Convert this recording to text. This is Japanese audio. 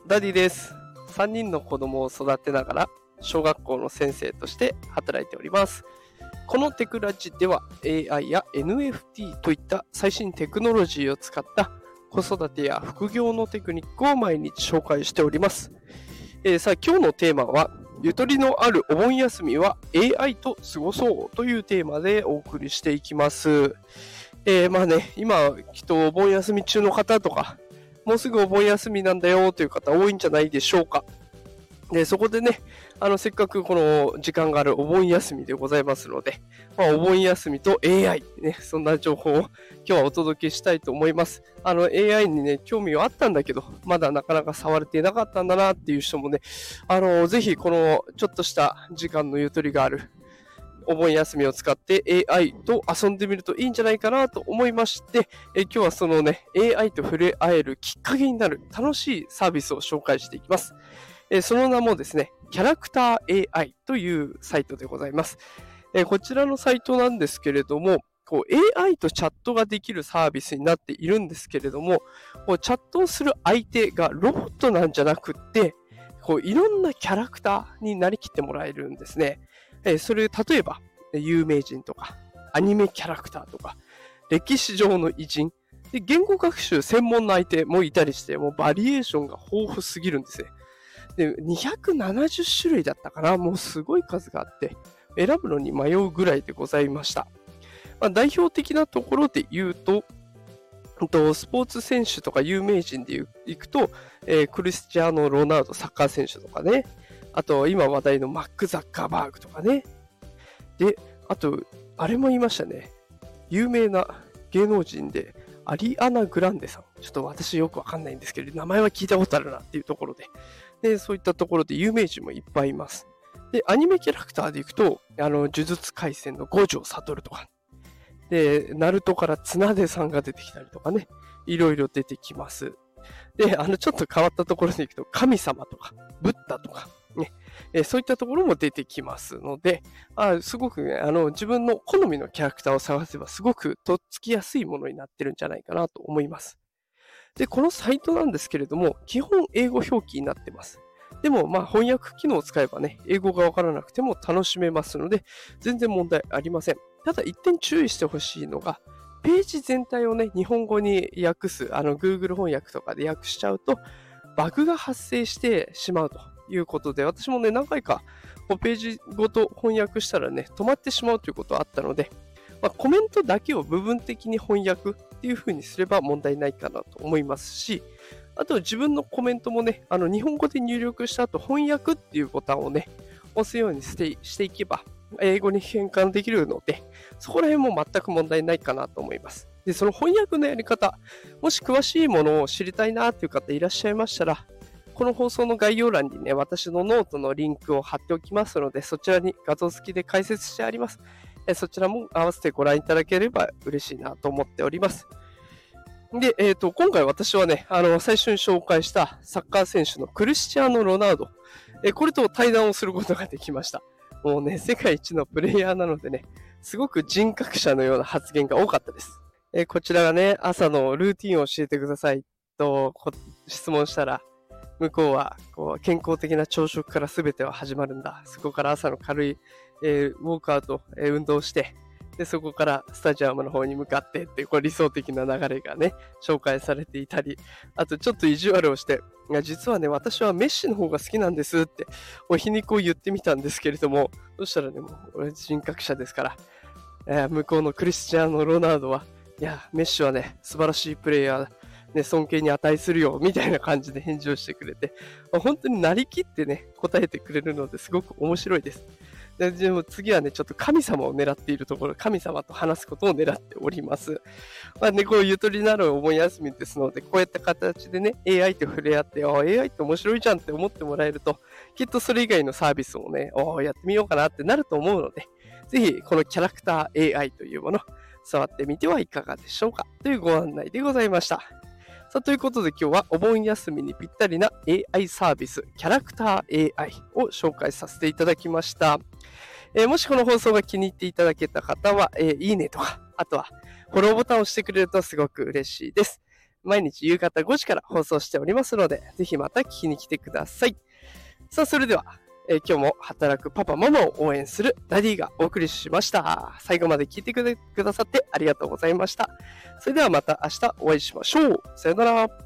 ダディです。3人の子供を育てながら小学校の先生として働いております。このテクラジでは AI や NFT といった最新テクノロジーを使った子育てや副業のテクニックを毎日紹介しております。さあ今日のテーマはゆとりのあるお盆休みは AI と過ごそうというテーマでお送りしていきます。今きっとお盆休み中の方とかもうすぐお盆休みなんだよという方多いんじゃないでしょうか。でそこでね、せっかくこの時間があるお盆休みでございますので、お盆休みと AI、ね、そんな情報を今日はお届けしたいと思います。AI にね、興味はあったんだけど、まだなかなか触れていなかったんだなっていう人もね、ぜひこのちょっとした時間のゆとりがあるお盆休みを使って AI と遊んでみるといいんじゃないかなと思いまして、今日はそのね AI と触れ合えるきっかけになる楽しいサービスを紹介していきます。その名もですね、キャラクター AI というサイトでございます。こちらのサイトなんですけれども、AI とチャットができるサービスになっているんですけれども、チャットをする相手がロボットなんじゃなくって、いろんなキャラクターになりきってもらえるんですね。それ例えば有名人とかアニメキャラクターとか歴史上の偉人で言語学習専門の相手もいたりして、もうバリエーションが豊富すぎるんですね。で270種類だったかな、もうすごい数があって選ぶのに迷うぐらいでございました。代表的なところで言うとスポーツ選手とか有名人でいくと、クリスチャーノ・ロナウドサッカー選手とかね、あと今話題のマック・ザッカーバーグとかね。で、あと、あれも言いましたね。有名な芸能人で、アリアナ・グランデさん。ちょっと私よくわかんないんですけど、名前は聞いたことあるなっていうところで。で、そういったところで有名人もいっぱいいます。で、アニメキャラクターでいくと、呪術廻戦の五条悟とか。で、ナルトから綱出さんが出てきたりとかね。いろいろ出てきます。で、ちょっと変わったところでいくと、神様とか、ブッダとか、ね、そういったところも出てきますので、すごくね、自分の好みのキャラクターを探せば、すごくとっつきやすいものになってるんじゃないかなと思います。で、このサイトなんですけれども、基本英語表記になってます。でも、翻訳機能を使えばね、英語がわからなくても楽しめますので、全然問題ありません。ただ、一点注意してほしいのが、ページ全体をね、日本語に訳す、Google 翻訳とかで訳しちゃうと、バグが発生してしまうということで、私もね、何回かページごと翻訳したらね、止まってしまうということがあったので、コメントだけを部分的に翻訳っていう風にすれば問題ないかなと思いますし、あと自分のコメントもね、日本語で入力した後、翻訳っていうボタンをね、押すようにしていけば、英語に変換できるので、そこら辺も全く問題ないかなと思います。で、その翻訳のやり方、もし詳しいものを知りたいなという方いらっしゃいましたら、この放送の概要欄にね、私のノートのリンクを貼っておきますので、そちらに画像付きで解説してあります。そちらも合わせてご覧いただければ嬉しいなと思っております。で、今回私はね、最初に紹介したサッカー選手のクリスチャーノ・ロナウド、これと対談をすることができました。もうね、世界一のプレイヤーなのでね、すごく人格者のような発言が多かったです。こちらがね、朝のルーティンを教えてくださいと質問したら、向こうは健康的な朝食から全ては始まるんだ。そこから朝の軽い、ウォークアウト、運動して、でそこからスタジアムの方に向かってっていう理想的な流れがね、紹介されていたり、あとちょっと意地悪をして、実はね、私はメッシの方が好きなんですって皮肉を言ってみたんですけれども、そしたらね、もう俺人格者ですから、向こうのクリスチャーノ・ロナウドは、いや、メッシはね、素晴らしいプレイヤー、ね、尊敬に値するよ、みたいな感じで返事をしてくれて、本当になりきってね、答えてくれるのですごく面白いです。でも次はね、ちょっと神様を狙っているところ、神様と話すことを狙っております。ゆとりのあるお盆休みですので、こうやった形でね、AI と触れ合って、AI って面白いじゃんって思ってもらえると、きっとそれ以外のサービスをね、やってみようかなってなると思うので、ぜひこのキャラクター AI というもの、触ってみてはいかがでしょうかというご案内でございました。さあ、ということで今日はお盆休みにぴったりな AI サービス、キャラクター AI を紹介させていただきました。もしこの放送が気に入っていただけた方は、いいねとか、あとはフォローボタンを押してくれるとすごく嬉しいです。 毎日夕方5時から放送しておりますので、ぜひまた聞きに来てください。さあ、それでは、今日も働くパパママを応援するダディがお送りしました。最後まで聞いてくださってありがとうございました。それではまた明日お会いしましょう。さよなら。